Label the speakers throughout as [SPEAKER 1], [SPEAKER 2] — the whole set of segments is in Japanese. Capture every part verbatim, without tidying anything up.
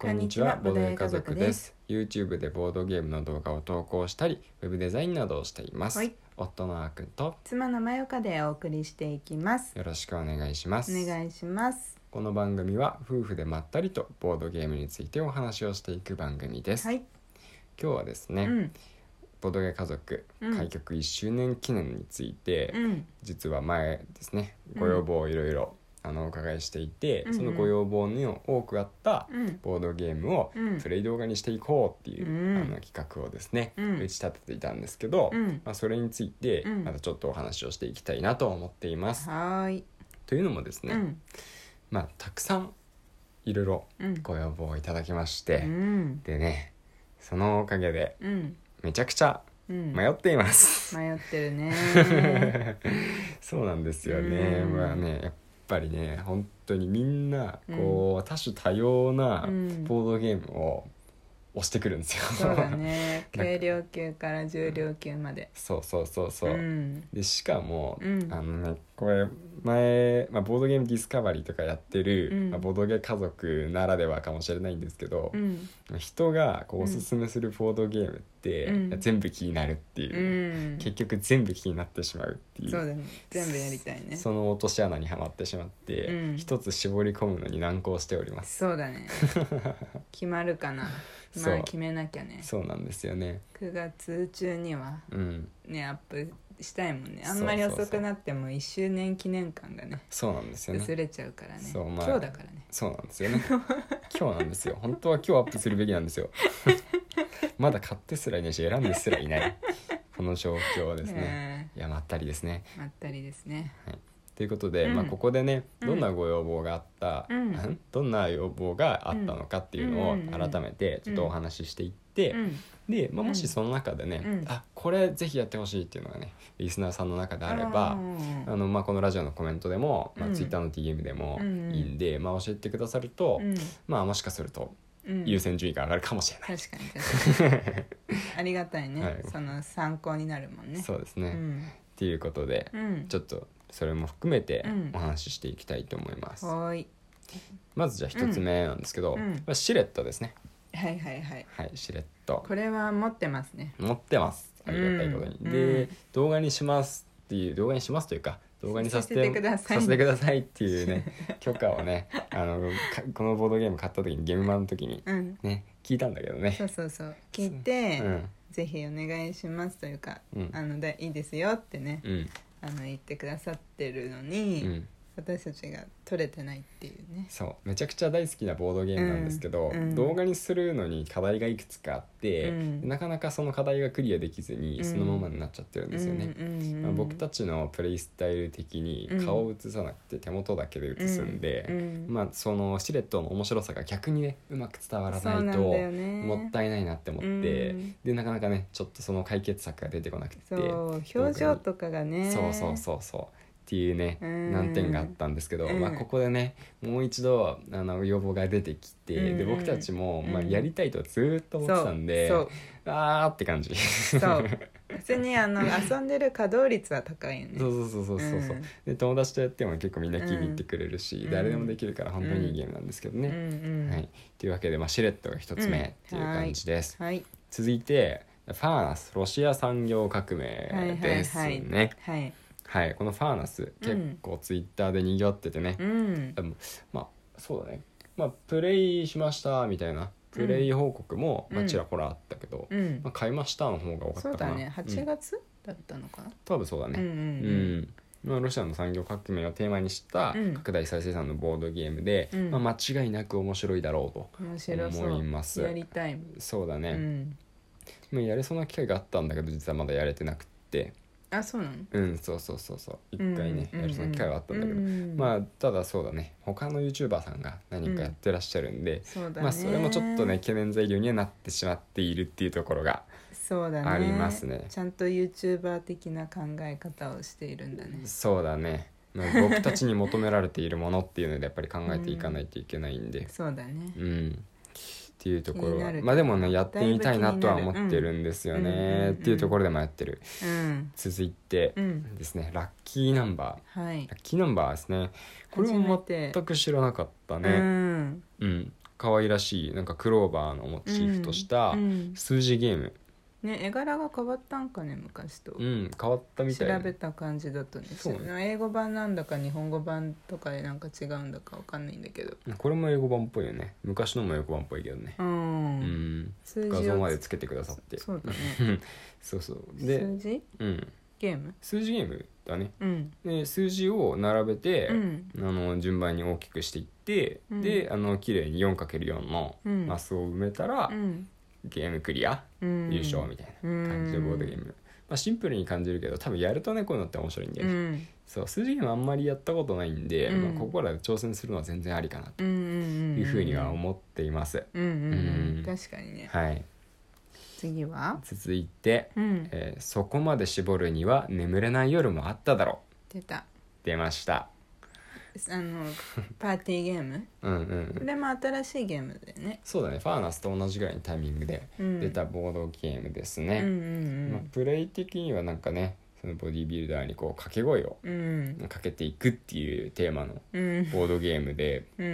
[SPEAKER 1] こんにちは、ボードゲーム家族です。 YouTube でボードゲームの動画を投稿したり、ウェブデザインなどをしています、はい、夫のあーくんと
[SPEAKER 2] 妻のまよかでお送りしていきます。
[SPEAKER 1] よろしくお願いします。
[SPEAKER 2] お願いします。
[SPEAKER 1] この番組は夫婦でまったりとボードゲームについてお話をしていく番組です、はい、今日はですね、うん、ボードゲーム家族開局いっしゅうねん記念について、うん、実は前ですねご要望をいろいろあのお伺いしていて、うんうん、そのご要望の多くあったボードゲームをプレイ動画にしていこうっていう、うん、あの企画をですね、うん、打ち立てていたんですけど、うんまあ、それについてまたちょっとお話をしていきたいなと思っています、
[SPEAKER 2] うん、はい
[SPEAKER 1] というのもですね、うんまあ、たくさんいろいろご要望をいただきまして、うん、でねそのおかげでめちゃくちゃ迷っています、
[SPEAKER 2] うん、迷ってるね
[SPEAKER 1] そうなんですよね、うん、まあねやっぱりね本当にみんなこう、うん、多種多様なボードゲームを押してくるんですよ、
[SPEAKER 2] うん、そうだね軽量級から重量級まで、
[SPEAKER 1] そうそうそうそう、うん、でしかも、うん、あのねこれ前、まあ、ボードゲームディスカバリーとかやってる、うんまあ、ボードゲーム家族ならではかもしれないんですけど、うん、人がこうおすすめするボードゲームって、うん、全部気になるっていう、うん、結局全部気になってしまうっていう、
[SPEAKER 2] そうだね全部やりたいね、
[SPEAKER 1] その落とし穴にはまってしまって、うん、一つ絞り込むのに難航しております。
[SPEAKER 2] そうだね決まるかなまあ決めなきゃね。
[SPEAKER 1] そうなんですよね。
[SPEAKER 2] くがつ中にはね、うん、アップしたいもんね。あんまり遅くなってもいっしゅうねん記念感がね
[SPEAKER 1] そうなんですよね
[SPEAKER 2] 薄れちゃうからね。そう、まあ、今日だからね。
[SPEAKER 1] そうなんですよね今日なんですよ。本当は今日アップするべきなんですよまだ買ってすらいないし選んですらいないこの状況ですね、いやまったりですね
[SPEAKER 2] まったりですね、
[SPEAKER 1] はいということで、うんまあ、ここでねどんなご要望があった、うん、どんな要望があったのかっていうのを改めてちょっとお話ししていって、うん、で、まあ、もしその中でね、うん、あこれぜひやってほしいっていうのがねリスナーさんの中であれば、あの、まあ、このラジオのコメントでも、まあ、Twitter の ディーエム でもいいんで、まあ、教えてくださると、まあ、もしかすると優先順位が上がるかもしれない、
[SPEAKER 2] 確かに確かにありがたいね、はい、その参考になるもんね。
[SPEAKER 1] そうですね、っていうことで、ちょっとそれも含めてお話ししていきたいと思います、
[SPEAKER 2] うん、はい
[SPEAKER 1] まずじゃあ一つ目なんですけど、うんうん、シレットですね。
[SPEAKER 2] はいはいはい、
[SPEAKER 1] はい、シレット
[SPEAKER 2] これは持ってますね。
[SPEAKER 1] 持ってます、ありがたいことに、うん、で、うん、動画にしますっていう動画にしますというか動画にさせて
[SPEAKER 2] させてください
[SPEAKER 1] させてくださいっていうね許可をねあのこのボードゲーム買った時にゲームマンの時にね、うん、聞いたんだけどね。
[SPEAKER 2] そうそうそう聞いて、うん、ぜひお願いしますというか、うん、あのでいいですよってね、うんあの言ってくださってるのに、うん、私たちが撮れてないっていうね。
[SPEAKER 1] そうめちゃくちゃ大好きなボードゲームなんですけど、うん、動画にするのに課題がいくつかあって、うん、なかなかその課題がクリアできずにそのままになっちゃってるんですよね、うんまあ、僕たちのプレイスタイル的に顔を映さなくて手元だけで映すんで、うんまあ、そのシレットの面白さが逆にねうまく伝わらないともったいないなって思って、でなかなかねちょっとその解決策が出てこなくて、
[SPEAKER 2] そう表情とかがね
[SPEAKER 1] そうそうそうそうっていうね難点があったんですけど、まあ、ここでねもう一度あの要望が出てきて、で僕たちも、まあ、やりたいとずっと思ってたんで、そうそうあーって感じ
[SPEAKER 2] そう別にあの遊んでる稼働率は高いよね。
[SPEAKER 1] そうそうそうそうそう、うん、で友達とやっても結構みんな気に入ってくれるし、うん、誰でもできるから本当にいいゲームなんですけどね、うんはい、というわけで、まあ、シレットが一つ目っていう感じです、
[SPEAKER 2] うんはい、
[SPEAKER 1] 続いてファーナスロシア産業革命ですね、はいはいはいはいはい、このファーナス、うん、結構ツイッターでにぎわっててね、うん、でもまあそうだね、まあ、プレイしましたみたいなプレイ報告も、うんまあ、ちらほらあったけど、うんまあ、買いましたの方が多かったかな。
[SPEAKER 2] そうだねはちがつ、うん、だったのかな
[SPEAKER 1] 多分そうだね、うんうんうんまあ、ロシアの産業革命をテーマにした拡大再生産のボードゲームで、うんまあ、間違いなく面白いだろうと思います。
[SPEAKER 2] 面白そうやりたい。
[SPEAKER 1] そうだね、うんまあ、やれそうな機会があったんだけど実はまだやれてなくて。
[SPEAKER 2] あ、そうなの？
[SPEAKER 1] うんそうそうそうそう一回ね、うん、やるその機会はあったんだけど、うん、まあただそうだね他の YouTuber さんが何人かやってらっしゃるんで、うんそうだね、まあそれもちょっとね懸念材料にはなってしまっているっていうところがありますね。
[SPEAKER 2] ちゃんと YouTuber 的な考え方をしているんだね。
[SPEAKER 1] そうだね、まあ、僕たちに求められているものっていうのでやっぱり考えていかないといけないんで、うん、
[SPEAKER 2] そうだね
[SPEAKER 1] うんっていうところはまあでもねやってみたいなとは思ってるんですよね、うん、っていうところでもやってる、うん、続いてですね、うん、ラッキーナンバー、はい、ラッキーナンバーですね。これも全く知らなかったね、うん、うん、 可愛らしいなんかクローバーのモチーフとした数字ゲーム、
[SPEAKER 2] うんうん、ね、絵柄が変わったんかね昔と。
[SPEAKER 1] うん変わったみたいな。
[SPEAKER 2] 調べた感じだとね。そうね、英語版なんだか日本語版とかでなんか違うんだかわかんないんだけど、
[SPEAKER 1] これも英語版っぽいよね。昔のも英語版っぽいけどね。うん、うん、画像までつけてくださって。
[SPEAKER 2] そうだね
[SPEAKER 1] そうそうで
[SPEAKER 2] 数字、うん、ゲーム
[SPEAKER 1] 数字ゲームだね、うん、で数字を並べて、
[SPEAKER 2] うん、
[SPEAKER 1] あの順番に大きくしていって、うん、であの綺麗に よんかけるよん のマスを埋めたら、うん、ゲームクリア、うん、優勝みたいな感じでボードゲーム、まあ、シンプルに感じるけど多分やるとねこういうのって面白いんだよね、うん、そう数字ゲームあんまりやったことないんで、うん、まあ、ここから挑戦するのは全然ありかなというふうには思っています。
[SPEAKER 2] うんうんうんうん、確かにね。
[SPEAKER 1] はい、
[SPEAKER 2] 次は
[SPEAKER 1] 続いて、うん、えー、そこまで絞るには眠れない夜もあっただろ
[SPEAKER 2] う。出た。
[SPEAKER 1] 出ました。
[SPEAKER 2] あのパーティーゲーム
[SPEAKER 1] うんうん、
[SPEAKER 2] これも新しいゲームだよね。
[SPEAKER 1] そうだね、ファーナスと同じぐらいのタイミングで出たボードゲームですね、うんうんうんうん、まあ、プレイ的にはなんかねそのボディービルダーにこう掛け声をかけていくっていうテーマのボードゲームで、うん、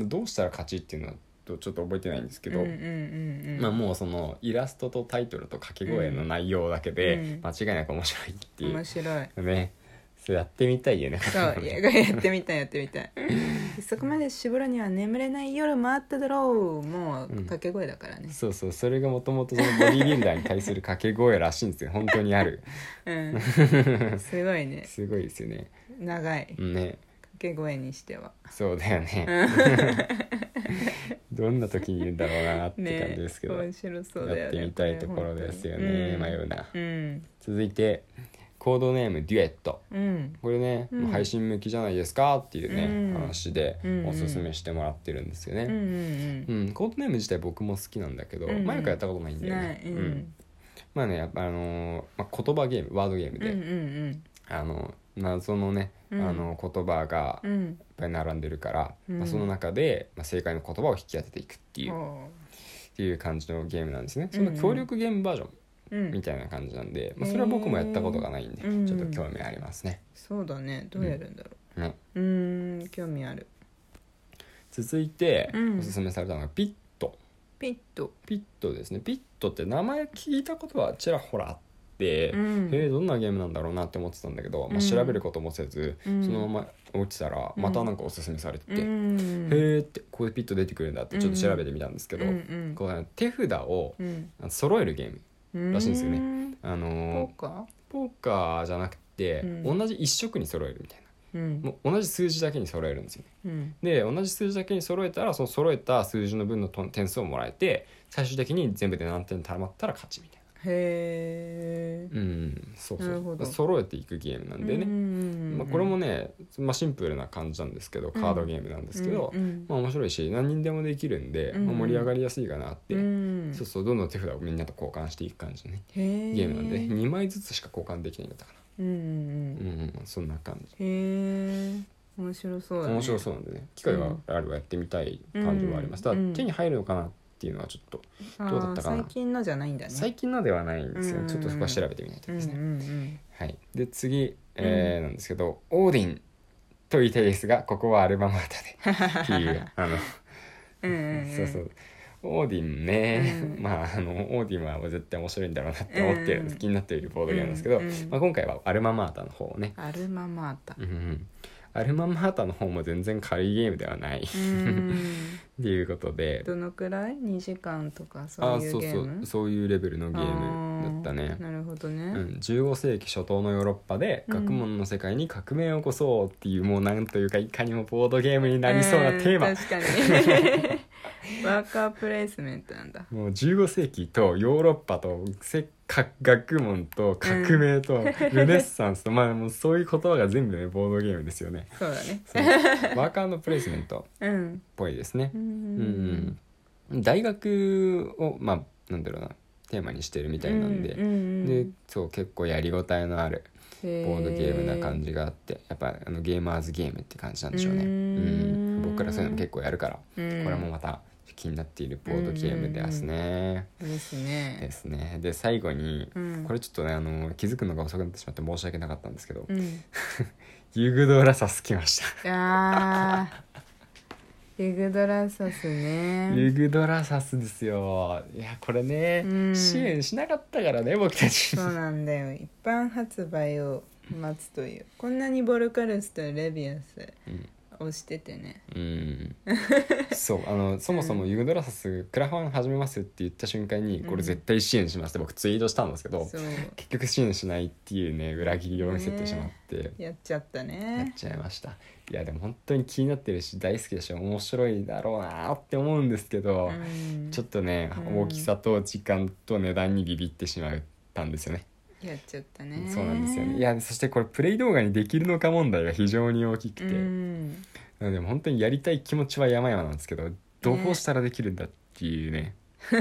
[SPEAKER 1] どうしたら勝ちっていうのはちょっと覚えてないんですけど、うんうんうんうん、まあ、もうそのイラストとタイトルと掛け声の内容だけで間違いなく面白いっていう、
[SPEAKER 2] 面白い
[SPEAKER 1] ね、それやってみたいよね。
[SPEAKER 2] そうやってみたいやってみたいそこまで絞るには眠れない夜もあっただろうもう掛け声だからね、うん、
[SPEAKER 1] そうそう、それがもともとそのボディービルダーに対する掛け声らしいんですよ本当にある、
[SPEAKER 2] うん、すごいね
[SPEAKER 1] すごいですよね。
[SPEAKER 2] 長いね、掛け声にしては。
[SPEAKER 1] そうだよねどんな時に言うんだろうなって感じですけど、ね、
[SPEAKER 2] 面白そうだよね、
[SPEAKER 1] やってみたいところですよね、うん、迷うな、うん、続いてコードネームデュエット、うん、これね、うん、配信向きじゃないですかっていうね、うん、話でおすすめしてもらってるんですよね、うんうんうん、コードネーム自体僕も好きなんだけど、うん、前からやったことないんだよね、うんうん、まあねやっぱあのーまあ、言葉ゲームワードゲームで、うんうんうん、あの謎のね、うん、あの言葉がいっぱい並んでるから、うん、まあ、その中で、まあ、正解の言葉を引き当てていくっていう、うん、っていう感じのゲームなんですね。その協力ゲームバージョン、うん、みたいな感じなんで、まあ、それは僕もやったことがないんで、ちょっと興味ありますね、
[SPEAKER 2] うん、そうだね、どうやるんだろう、うん、ね、うーん興味ある。
[SPEAKER 1] 続いて、うん、おすすめされたのがピット
[SPEAKER 2] ピット
[SPEAKER 1] ピットですね。ピットって名前聞いたことはちらほらあって、うん、えー、どんなゲームなんだろうなって思ってたんだけど、まあ、調べることもせず、うん、そのまま落ちたらまたなんかおすすめされてて、うん、へーってここでピット出てくるんだってちょっと調べてみたんですけど、うん、こう手札を揃えるゲームらしいんですよね。あのー、
[SPEAKER 2] ポーカー
[SPEAKER 1] ポーカーじゃなくて、うん、同じ一色に揃えるみたいな、うん、もう同じ数字だけに揃えるんですよね、うん、で同じ数字だけに揃えたらその揃えた数字の分の点数をもらえて最終的に全部で何点たまったら勝ちみたいな。へー、うん、そうそう揃えていくゲームなんでね、うん、まあ、これもね、まあ、シンプルな感じなんですけどカードゲームなんですけど、うん、まあ、面白いし何人でもできるんで、うん、まあ、盛り上がりやすいかなって、うん、そうそうどんどん手札をみんなと交換していく感じのねゲームなんでにまいずつしか交換できないんだったかな、うんうんうん、そんな感じ。
[SPEAKER 2] へー、面白そうだね。
[SPEAKER 1] 面白そうなんでね機会があればやってみたい感じはあります、ただ手に入るのかなっていうのはちょっとどうだったかな。
[SPEAKER 2] 最近のじゃないんだね。
[SPEAKER 1] 最近のではないんですよ、うんうん、ちょっとそこは調べてみないとですね、うんうんうん、はい、で次、えーうん、なんですけどオーディンと言いたいですがここはアルバムアータでっていうあのうんうん、うん、そうそうオーディンね、うん、まああのオーディンは絶対面白いんだろうなって思ってる、うん、気になっているボードゲームなんですけど、うんうん、まあ、今回はアルママータの方をね。
[SPEAKER 2] アルママータ、
[SPEAKER 1] うんうん、アルママータの方も全然軽いゲームではないっていうことで、
[SPEAKER 2] どのくらいにじかんとかそういうゲーム。あ、そうそう、
[SPEAKER 1] そういうレベルのゲームだったね。
[SPEAKER 2] なるほどね、
[SPEAKER 1] うん、じゅうごせいき初頭のヨーロッパで学問の世界に革命を起こそうっていう、うん、もうなんというかいかにもボードゲームになりそうなテーマ、
[SPEAKER 2] 確かにワーカープレイスメントなんだ。
[SPEAKER 1] もうじゅうごせいきとヨーロッパとせ学問と革命とルネッサンスと、うん、まあもうそういう言葉が全部ねボードゲームですよね。
[SPEAKER 2] そうだね。
[SPEAKER 1] そうワーカーのプレイスメントっぽいですね、うんうんうん、大学をまあなんだろうなテーマにしてるみたいなんで、うんうんうん、でそう結構やりごたえのあるボードゲームな感じがあって、やっぱあのゲーマーズゲームって感じなんでしょうね。うん、僕らそういうの結構やるから、うん、これもまた気になっているボードゲームですね。
[SPEAKER 2] うんうんうん、ですね。
[SPEAKER 1] ですね。で最後に、うん、これちょっとねあの気づくのが遅くなってしまって申し訳なかったんですけど、うん、ユグドラサス来ました。
[SPEAKER 2] あユグドラサスね。
[SPEAKER 1] ユグドラサスですよ。いやこれね、うん、支援しなかったからね僕たち。
[SPEAKER 2] そうなんだよ。一般発売を待つという。こんなにボルカルスとレビアスをしててね。
[SPEAKER 1] うん、そうあのそもそもユグドラサスクラファン始めますって言った瞬間に、これ絶対支援しますって僕ツイートしたんですけど、結局支援しないっていうね裏切りを見せてしまって、ね、
[SPEAKER 2] やっちゃったね。
[SPEAKER 1] やっちゃいました。いやでも本当に気になってるし大好きだし面白いだろうなって思うんですけど、うん、ちょっとね、うん、大きさと時間と値段にビビってしまったんですよね。
[SPEAKER 2] やっちゃったね。
[SPEAKER 1] そうなんですよね。いやそしてこれプレイ動画にできるのか問題が非常に大きくて、うん、でも本当にやりたい気持ちは山々なんですけど、どうしたらできるんだっていうね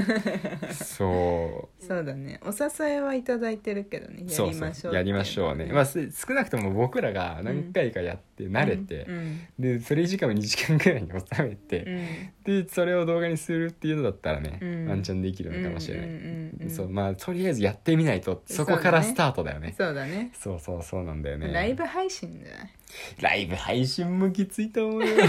[SPEAKER 1] そう
[SPEAKER 2] そうだね。お誘いはいただいてるけどね、やりましょう、ね、
[SPEAKER 1] そうそうやりましょうね、まあ、少なくとも僕らが何回かやって慣れて、うんうん、でプレイ時間をにじかんぐらいに収めて、うん、でそれを動画にするっていうのだったらね、うん、ワンチャンできるのかもしれない、うんうんうん、そうまあとりあえずやってみないとそこからスタートだよね。
[SPEAKER 2] そうだね。
[SPEAKER 1] そうそうそうなんだよね。
[SPEAKER 2] ライブ配信じゃない。
[SPEAKER 1] ライブ配信もきついと思うよ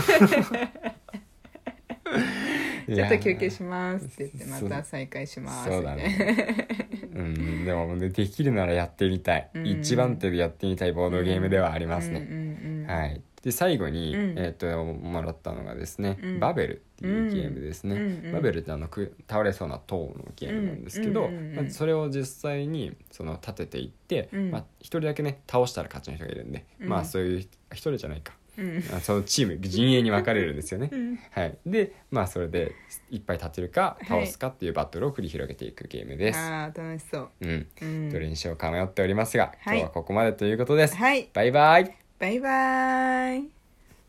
[SPEAKER 2] ちょっと休憩しますって言ってまた再開しますって。そうだね
[SPEAKER 1] うん、でも、ね、できるならやってみたい、うん、一番手でやってみたいボードゲームではありますね、うんうんうん、はい。で最後に、うん、えー、っともらったのがですね、うん、バベルっていうゲームですね、うんうん、バベルってあの倒れそうな塔のゲームなんですけど、うんうんうんまあ、それを実際にその立てていって、うんまあ、一人だけね倒したら勝ちの人がいるんで、うん、まあそういう一人じゃないかうん、そのチーム陣営に分かれるんですよね、うんはい、でまあそれでいっぱい立てるか倒すかっていうバトルを繰り広げていくゲームです、
[SPEAKER 2] はい、あー楽しそう、
[SPEAKER 1] うんうん、どれにしようか迷っておりますが、はい、今日はここまでということです、はい、バイバイ
[SPEAKER 2] バイバイ。